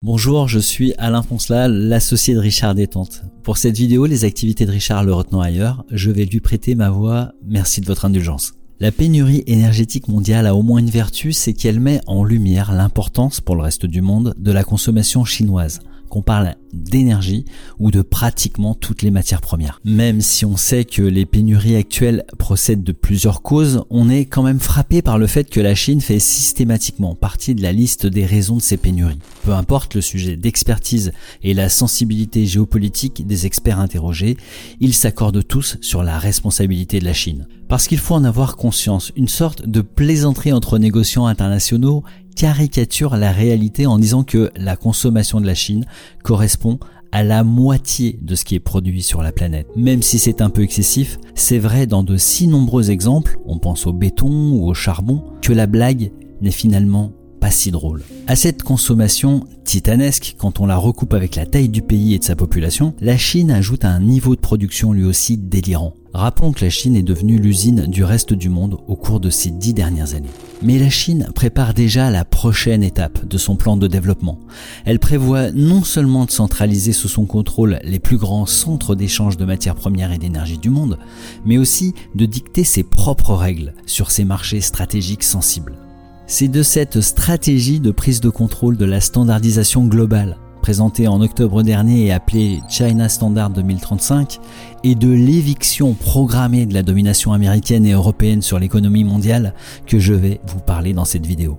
Bonjour, je suis Alain Poncelat, l'associé de Richard Détente. Pour cette vidéo, les activités de Richard le retenant ailleurs, je vais lui prêter ma voix, merci de votre indulgence. La pénurie énergétique mondiale a au moins une vertu, c'est qu'elle met en lumière l'importance pour le reste du monde de la consommation chinoise, qu'on parle d'énergie ou de pratiquement toutes les matières premières. Même si on sait que les pénuries actuelles procèdent de plusieurs causes, on est quand même frappé par le fait que la Chine fait systématiquement partie de la liste des raisons de ces pénuries. Peu importe le sujet d'expertise et la sensibilité géopolitique des experts interrogés, ils s'accordent tous sur la responsabilité de la Chine. Parce qu'il faut en avoir conscience, une sorte de plaisanterie entre négociants internationaux caricature la réalité en disant que la consommation de la Chine correspond à la moitié de ce qui est produit sur la planète. Même si c'est un peu excessif, c'est vrai dans de si nombreux exemples, on pense au béton ou au charbon, que la blague n'est finalement pas si drôle. À cette consommation titanesque, quand on la recoupe avec la taille du pays et de sa population, la Chine ajoute un niveau de production lui aussi délirant. Rappelons que la Chine est devenue l'usine du reste du monde au cours de ces 10 dernières années. Mais la Chine prépare déjà la prochaine étape de son plan de développement. Elle prévoit non seulement de centraliser sous son contrôle les plus grands centres d'échange de matières premières et d'énergie du monde, mais aussi de dicter ses propres règles sur ces marchés stratégiques sensibles. C'est de cette stratégie de prise de contrôle de la standardisation globale, présentée en octobre dernier et appelée China Standard 2035, et de l'éviction programmée de la domination américaine et européenne sur l'économie mondiale que je vais vous parler dans cette vidéo.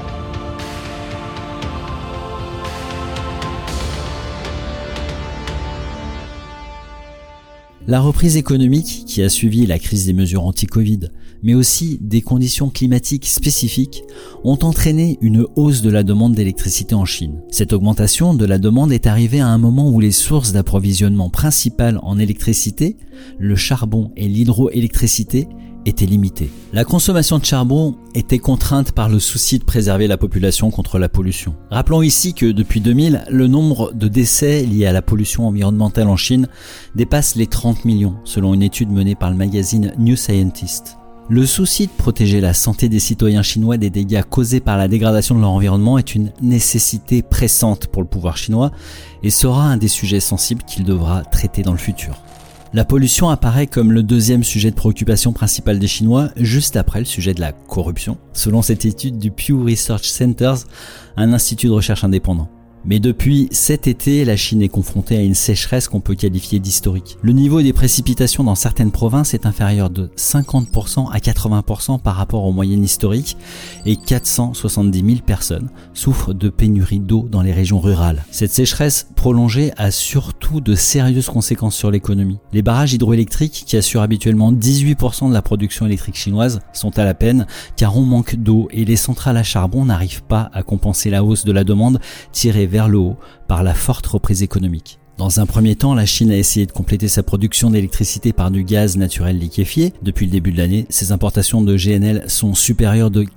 La reprise économique qui a suivi la crise des mesures anti-Covid, mais aussi des conditions climatiques spécifiques, ont entraîné une hausse de la demande d'électricité en Chine. Cette augmentation de la demande est arrivée à un moment où les sources d'approvisionnement principales en électricité, le charbon et l'hydroélectricité, étaient limitées. La consommation de charbon était contrainte par le souci de préserver la population contre la pollution. Rappelons ici que depuis 2000, le nombre de décès liés à la pollution environnementale en Chine dépasse les 30 millions, selon une étude menée par le magazine New Scientist. Le souci de protéger la santé des citoyens chinois des dégâts causés par la dégradation de leur environnement est une nécessité pressante pour le pouvoir chinois et sera un des sujets sensibles qu'il devra traiter dans le futur. La pollution apparaît comme le deuxième sujet de préoccupation principal des Chinois, juste après le sujet de la corruption, selon cette étude du Pew Research Centers, un institut de recherche indépendant. Mais depuis cet été, la Chine est confrontée à une sécheresse qu'on peut qualifier d'historique. Le niveau des précipitations dans certaines provinces est inférieur de 50% à 80% par rapport aux moyennes historiques et 470 000 personnes souffrent de pénurie d'eau dans les régions rurales. Cette sécheresse prolongée a surtout de sérieuses conséquences sur l'économie. Les barrages hydroélectriques, qui assurent habituellement 18% de la production électrique chinoise, sont à la peine car on manque d'eau et les centrales à charbon n'arrivent pas à compenser la hausse de la demande tirée vers le haut par la forte reprise économique. Dans un premier temps, la Chine a essayé de compléter sa production d'électricité par du gaz naturel liquéfié. Depuis le début de l'année, ses importations de GNL sont supérieures de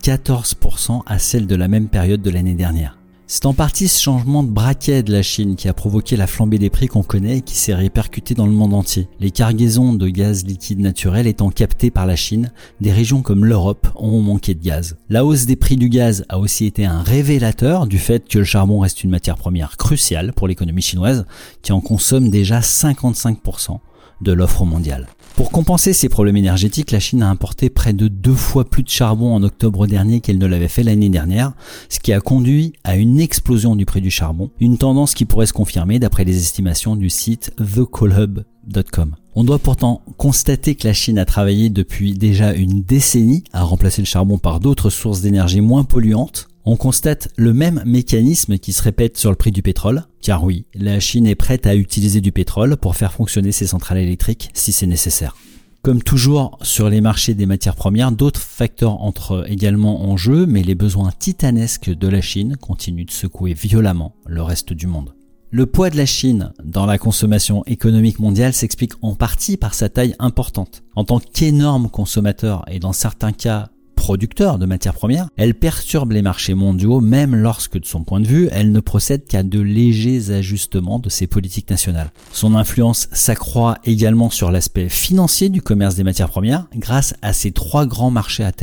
14% à celles de la même période de l'année dernière. C'est en partie ce changement de braquet de la Chine qui a provoqué la flambée des prix qu'on connaît et qui s'est répercutée dans le monde entier. Les cargaisons de gaz liquide naturel étant captées par la Chine, des régions comme l'Europe ont manqué de gaz. La hausse des prix du gaz a aussi été un révélateur du fait que le charbon reste une matière première cruciale pour l'économie chinoise, qui en consomme déjà 55% de l'offre mondiale. Pour compenser ces problèmes énergétiques, la Chine a importé près de 2 fois plus de charbon en octobre dernier qu'elle ne l'avait fait l'année dernière, ce qui a conduit à une explosion du prix du charbon, une tendance qui pourrait se confirmer d'après les estimations du site thecoalhub.com. On doit pourtant constater que la Chine a travaillé depuis déjà une décennie à remplacer le charbon par d'autres sources d'énergie moins polluantes. On constate le même mécanisme qui se répète sur le prix du pétrole, car oui, la Chine est prête à utiliser du pétrole pour faire fonctionner ses centrales électriques si c'est nécessaire. Comme toujours sur les marchés des matières premières, d'autres facteurs entrent également en jeu, mais les besoins titanesques de la Chine continuent de secouer violemment le reste du monde. Le poids de la Chine dans la consommation économique mondiale s'explique en partie par sa taille importante. En tant qu'énorme consommateur et dans certains cas producteur de matières premières, elle perturbe les marchés mondiaux même lorsque, de son point de vue, elle ne procède qu'à de légers ajustements de ses politiques nationales. Son influence s'accroît également sur l'aspect financier du commerce des matières premières grâce à ses 3 grands marchés à terme.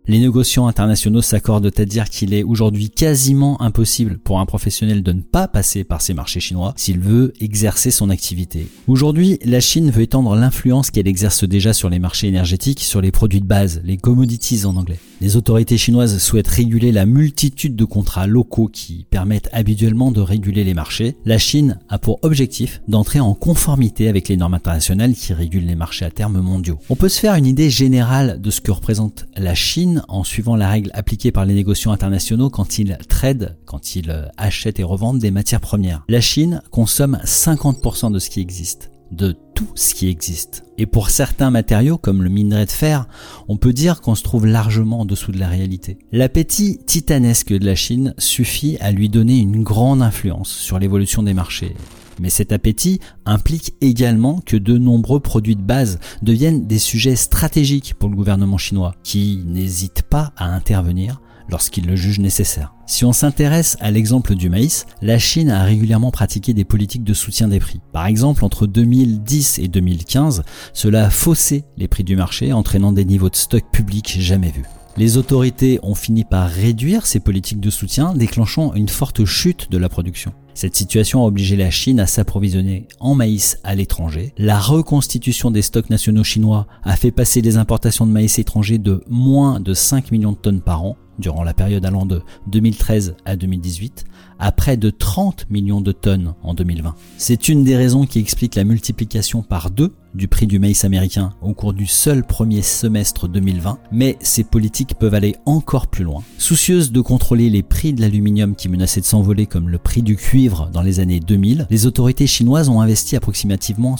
Les négociants internationaux s'accordent à dire qu'il est aujourd'hui quasiment impossible pour un professionnel de ne pas passer par ces marchés chinois s'il veut exercer son activité. Aujourd'hui, la Chine veut étendre l'influence qu'elle exerce déjà sur les marchés énergétiques, sur les produits de base, les commodities en anglais. Les autorités chinoises souhaitent réguler la multitude de contrats locaux qui permettent habituellement de réguler les marchés. La Chine a pour objectif d'entrer en conformité avec les normes internationales qui régulent les marchés à terme mondiaux. On peut se faire une idée générale de ce que représente la Chine en suivant la règle appliquée par les négociants internationaux quand ils tradent, quand ils achètent et revendent des matières premières. La Chine consomme 50% de ce qui existe, de tout ce qui existe. Et pour certains matériaux, comme le minerai de fer, on peut dire qu'on se trouve largement en dessous de la réalité. L'appétit titanesque de la Chine suffit à lui donner une grande influence sur l'évolution des marchés. Mais cet appétit implique également que de nombreux produits de base deviennent des sujets stratégiques pour le gouvernement chinois, qui n'hésite pas à intervenir lorsqu'il le juge nécessaire. Si on s'intéresse à l'exemple du maïs, la Chine a régulièrement pratiqué des politiques de soutien des prix. Par exemple, entre 2010 et 2015, cela a faussé les prix du marché, entraînant des niveaux de stock public jamais vus. Les autorités ont fini par réduire ces politiques de soutien, déclenchant une forte chute de la production. Cette situation a obligé la Chine à s'approvisionner en maïs à l'étranger. La reconstitution des stocks nationaux chinois a fait passer les importations de maïs étranger de moins de 5 millions de tonnes par an durant la période allant de 2013 à 2018 à près de 30 millions de tonnes en 2020. C'est une des raisons qui explique la multiplication par 2 du prix du maïs américain au cours du seul premier semestre 2020, mais ces politiques peuvent aller encore plus loin. Soucieuses de contrôler les prix de l'aluminium qui menaçaient de s'envoler comme le prix du cuivre dans les années 2000, les autorités chinoises ont investi approximativement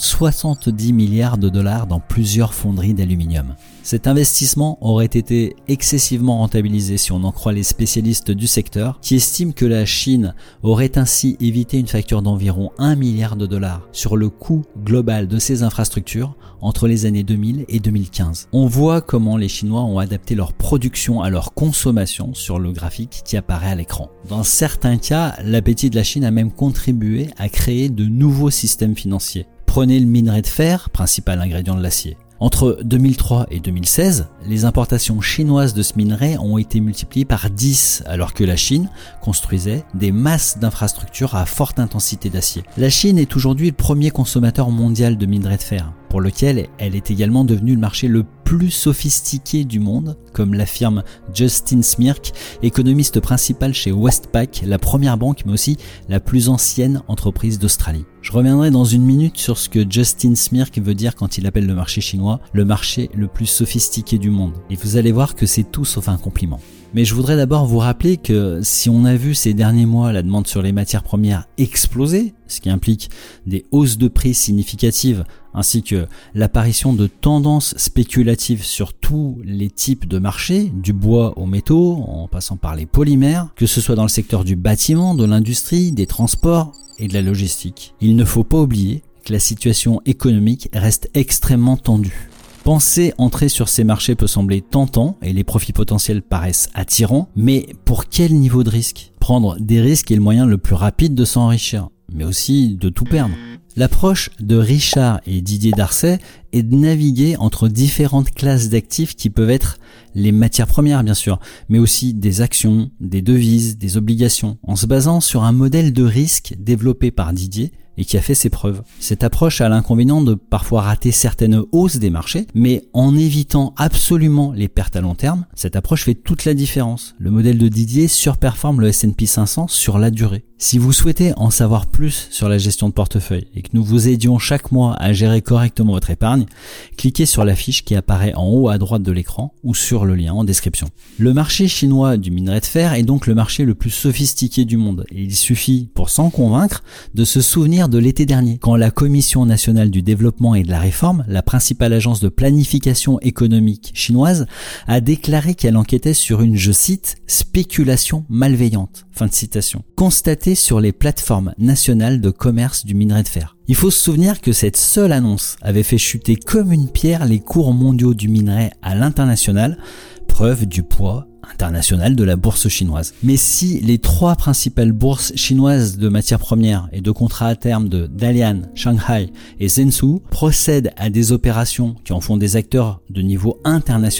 70 milliards de dollars dans plusieurs fonderies d'aluminium. Cet investissement aurait été excessivement rentabilisé si on en croit les spécialistes du secteur qui estiment que la Chine aurait ainsi évité une facture d'environ 1 milliard de dollars sur le coût global de ces infrastructures entre les années 2000 et 2015. On voit comment les Chinois ont adapté leur production à leur consommation sur le graphique qui apparaît à l'écran. Dans certains cas, l'appétit de la Chine a même contribué à créer de nouveaux systèmes financiers. Prenez le minerai de fer, principal ingrédient de l'acier. Entre 2003 et 2016, les importations chinoises de ce minerai ont été multipliées par 10, alors que la Chine construisait des masses d'infrastructures à forte intensité d'acier. La Chine est aujourd'hui le premier consommateur mondial de minerai de fer, pour lequel elle est également devenue le marché le plus sophistiqué du monde, comme l'affirme Justin Smirk, économiste principal chez Westpac, la première banque mais aussi la plus ancienne entreprise d'Australie. Je reviendrai dans une minute sur ce que Justin Smirk veut dire quand il appelle le marché chinois le marché le plus sophistiqué du monde. Et vous allez voir que c'est tout sauf un compliment. Mais je voudrais d'abord vous rappeler que si on a vu ces derniers mois la demande sur les matières premières exploser, ce qui implique des hausses de prix significatives ainsi que l'apparition de tendances spéculatives sur tous les types de marchés, du bois aux métaux, en passant par les polymères, que ce soit dans le secteur du bâtiment, de l'industrie, des transports et de la logistique. Il ne faut pas oublier que la situation économique reste extrêmement tendue. Penser entrer sur ces marchés peut sembler tentant et les profits potentiels paraissent attirants, mais pour quel niveau de risque ? Prendre des risques est le moyen le plus rapide de s'enrichir, mais aussi de tout perdre. L'approche de Richard et Didier Darcet est de naviguer entre différentes classes d'actifs qui peuvent être les matières premières bien sûr, mais aussi des actions, des devises, des obligations, en se basant sur un modèle de risque développé par Didier et qui a fait ses preuves. Cette approche a l'inconvénient de parfois rater certaines hausses des marchés, mais en évitant absolument les pertes à long terme, cette approche fait toute la différence. Le modèle de Didier surperforme le S&P 500 sur la durée. Si vous souhaitez en savoir plus sur la gestion de portefeuille et que nous vous aidions chaque mois à gérer correctement votre épargne, cliquez sur la fiche qui apparaît en haut à droite de l'écran ou sur le lien en description. Le marché chinois du minerai de fer est donc le marché le plus sophistiqué du monde et il suffit, pour s'en convaincre, de se souvenir de l'été dernier, quand la Commission nationale du développement et de la réforme, la principale agence de planification économique chinoise, a déclaré qu'elle enquêtait sur une, je cite, spéculation malveillante, fin de citation, constatée sur les plateformes nationales de commerce du minerai de fer. Il faut se souvenir que cette seule annonce avait fait chuter comme une pierre les cours mondiaux du minerai à l'international, preuve du poids international de la bourse chinoise. Mais si les 3 principales bourses chinoises de matières premières et de contrats à terme de Dalian, Shanghai et Zhengzhou procèdent à des opérations qui en font des acteurs de niveau international,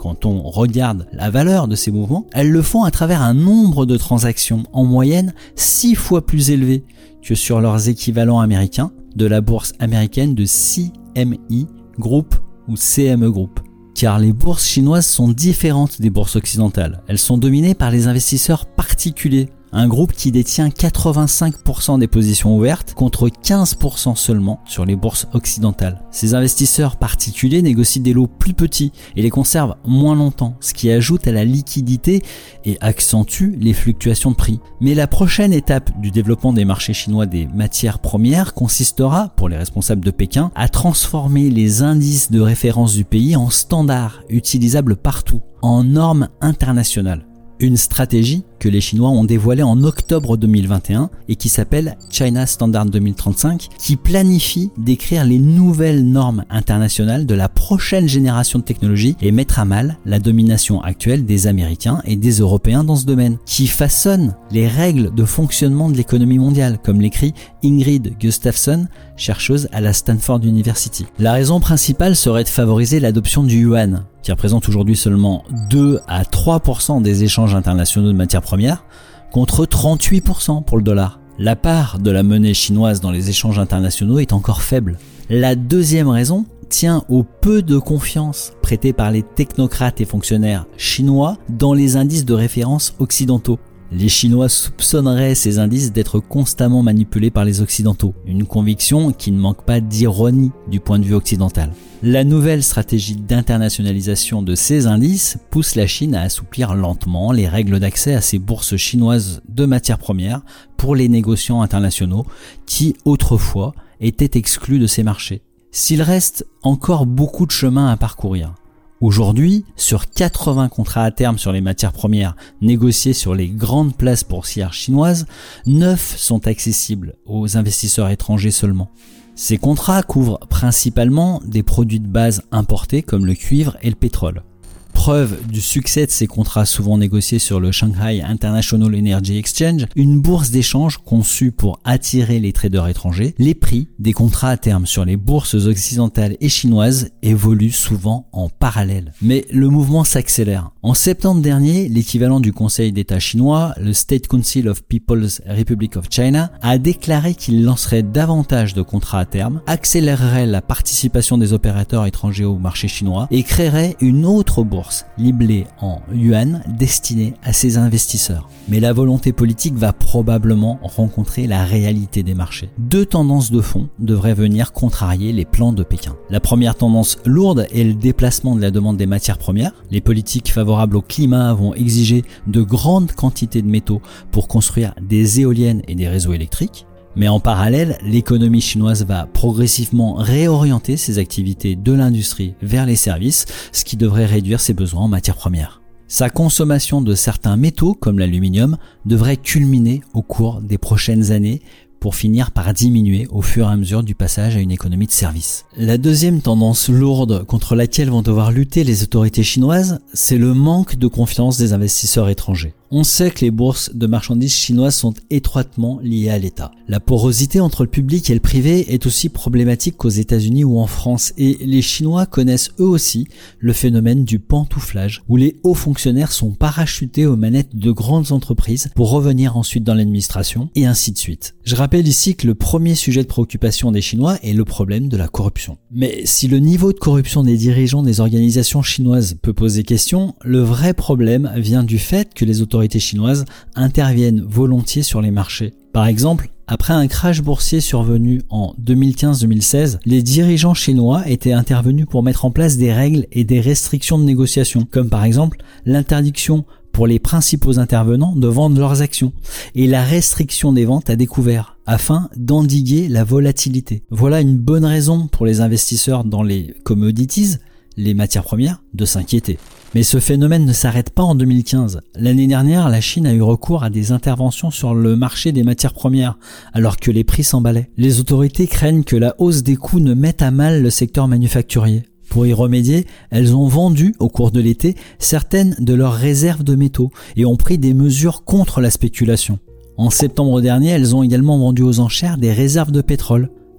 quand on regarde la valeur de ces mouvements, elles le font à travers un nombre de transactions en moyenne 6 fois plus élevé que sur leurs équivalents américains de la bourse américaine de CME Group ou CME Group. Car les bourses chinoises sont différentes des bourses occidentales. Elles sont dominées par les investisseurs particuliers, un groupe qui détient 85% des positions ouvertes contre 15% seulement sur les bourses occidentales. Ces investisseurs particuliers négocient des lots plus petits et les conservent moins longtemps, ce qui ajoute à la liquidité et accentue les fluctuations de prix. Mais la prochaine étape du développement des marchés chinois des matières premières consistera, pour les responsables de Pékin, à transformer les indices de référence du pays en standards utilisables partout, en normes internationales. Une stratégie que les Chinois ont dévoilée en octobre 2021 et qui s'appelle China Standard 2035, qui planifie d'écrire les nouvelles normes internationales de la prochaine génération de technologies et mettre à mal la domination actuelle des Américains et des Européens dans ce domaine, qui façonne les règles de fonctionnement de l'économie mondiale, comme l'écrit Ingrid Gustafsson, chercheuse à la Stanford University. La raison principale serait de favoriser l'adoption du yuan, qui représente aujourd'hui seulement 2 à 3% des échanges internationaux de matières premières, contre 38% pour le dollar. La part de la monnaie chinoise dans les échanges internationaux est encore faible. La deuxième raison tient au peu de confiance prêtée par les technocrates et fonctionnaires chinois dans les indices de référence occidentaux. Les Chinois soupçonneraient ces indices d'être constamment manipulés par les Occidentaux, une conviction qui ne manque pas d'ironie du point de vue occidental. La nouvelle stratégie d'internationalisation de ces indices pousse la Chine à assouplir lentement les règles d'accès à ces bourses chinoises de matières premières pour les négociants internationaux qui, autrefois, étaient exclus de ces marchés. S'il reste encore beaucoup de chemin à parcourir, aujourd'hui, sur 80 contrats à terme sur les matières premières négociés sur les grandes places boursières chinoises, 9 sont accessibles aux investisseurs étrangers seulement. Ces contrats couvrent principalement des produits de base importés comme le cuivre et le pétrole. Preuve du succès de ces contrats souvent négociés sur le Shanghai International Energy Exchange, une bourse d'échange conçue pour attirer les traders étrangers, les prix des contrats à terme sur les bourses occidentales et chinoises évoluent souvent en parallèle. Mais le mouvement s'accélère. En septembre dernier, l'équivalent du Conseil d'État chinois, le State Council of People's Republic of China, a déclaré qu'il lancerait davantage de contrats à terme, accélérerait la participation des opérateurs étrangers au marché chinois et créerait une autre bourse libellée en yuan destinée à ces investisseurs. Mais la volonté politique va probablement rencontrer la réalité des marchés. 2 tendances de fond devraient venir contrarier les plans de Pékin. La première tendance lourde est le déplacement de la demande des matières premières. Les politiques favorables au climat vont exiger de grandes quantités de métaux pour construire des éoliennes et des réseaux électriques. Mais en parallèle, l'économie chinoise va progressivement réorienter ses activités de l'industrie vers les services, ce qui devrait réduire ses besoins en matières premières. Sa consommation de certains métaux, comme l'aluminium, devrait culminer au cours des prochaines années pour finir par diminuer au fur et à mesure du passage à une économie de services. La deuxième tendance lourde contre laquelle vont devoir lutter les autorités chinoises, c'est le manque de confiance des investisseurs étrangers. On sait que les bourses de marchandises chinoises sont étroitement liées à l'État. La porosité entre le public et le privé est aussi problématique qu'aux États-Unis ou en France, et les Chinois connaissent eux aussi le phénomène du pantouflage, où les hauts fonctionnaires sont parachutés aux manettes de grandes entreprises pour revenir ensuite dans l'administration, et ainsi de suite. Je rappelle ici que le premier sujet de préoccupation des Chinois est le problème de la corruption. Mais si le niveau de corruption des dirigeants des organisations chinoises peut poser question, le vrai problème vient du fait que les autorités chinoises interviennent volontiers sur les marchés. Par exemple, après un crash boursier survenu en 2015-2016, les dirigeants chinois étaient intervenus pour mettre en place des règles et des restrictions de négociation, comme par exemple l'interdiction pour les principaux intervenants de vendre leurs actions et la restriction des ventes à découvert afin d'endiguer la volatilité. Voilà une bonne raison pour les investisseurs dans les commodities, les matières premières, de s'inquiéter. Mais ce phénomène ne s'arrête pas en 2015. L'année dernière, la Chine a eu recours à des interventions sur le marché des matières premières, alors que les prix s'emballaient. Les autorités craignent que la hausse des coûts ne mette à mal le secteur manufacturier. Pour y remédier, elles ont vendu, au cours de l'été, certaines de leurs réserves de métaux et ont pris des mesures contre la spéculation. En septembre dernier, elles ont également vendu aux enchères des réserves de pétrole,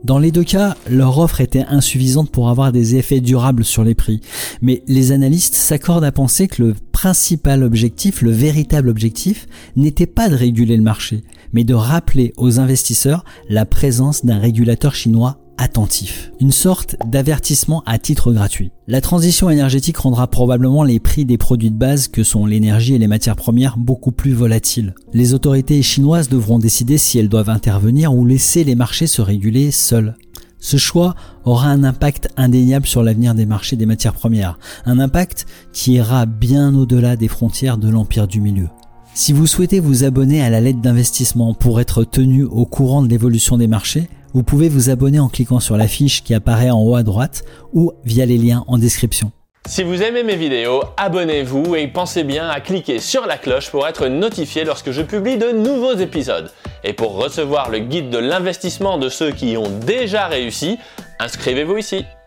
Dans les deux cas, leur offre était insuffisante pour avoir des effets durables sur les prix. Mais les analystes s'accordent à penser que le principal objectif, le véritable objectif, n'était pas de réguler le marché, mais de rappeler aux investisseurs la présence d'un régulateur chinois attentif. Une sorte d'avertissement à titre gratuit. La transition énergétique rendra probablement les prix des produits de base que sont l'énergie et les matières premières beaucoup plus volatiles. Les autorités chinoises devront décider si elles doivent intervenir ou laisser les marchés se réguler seuls. Ce choix aura un impact indéniable sur l'avenir des marchés des matières premières, un impact qui ira bien au-delà des frontières de l'empire du milieu. Si vous souhaitez vous abonner à la lettre d'investissement pour être tenu au courant de l'évolution des marchés, vous pouvez vous abonner en cliquant sur la fiche qui apparaît en haut à droite ou via les liens en description. Si vous aimez mes vidéos, abonnez-vous et pensez bien à cliquer sur la cloche pour être notifié lorsque je publie de nouveaux épisodes. Et pour recevoir le guide de l'investissement de ceux qui y ont déjà réussi, inscrivez-vous ici.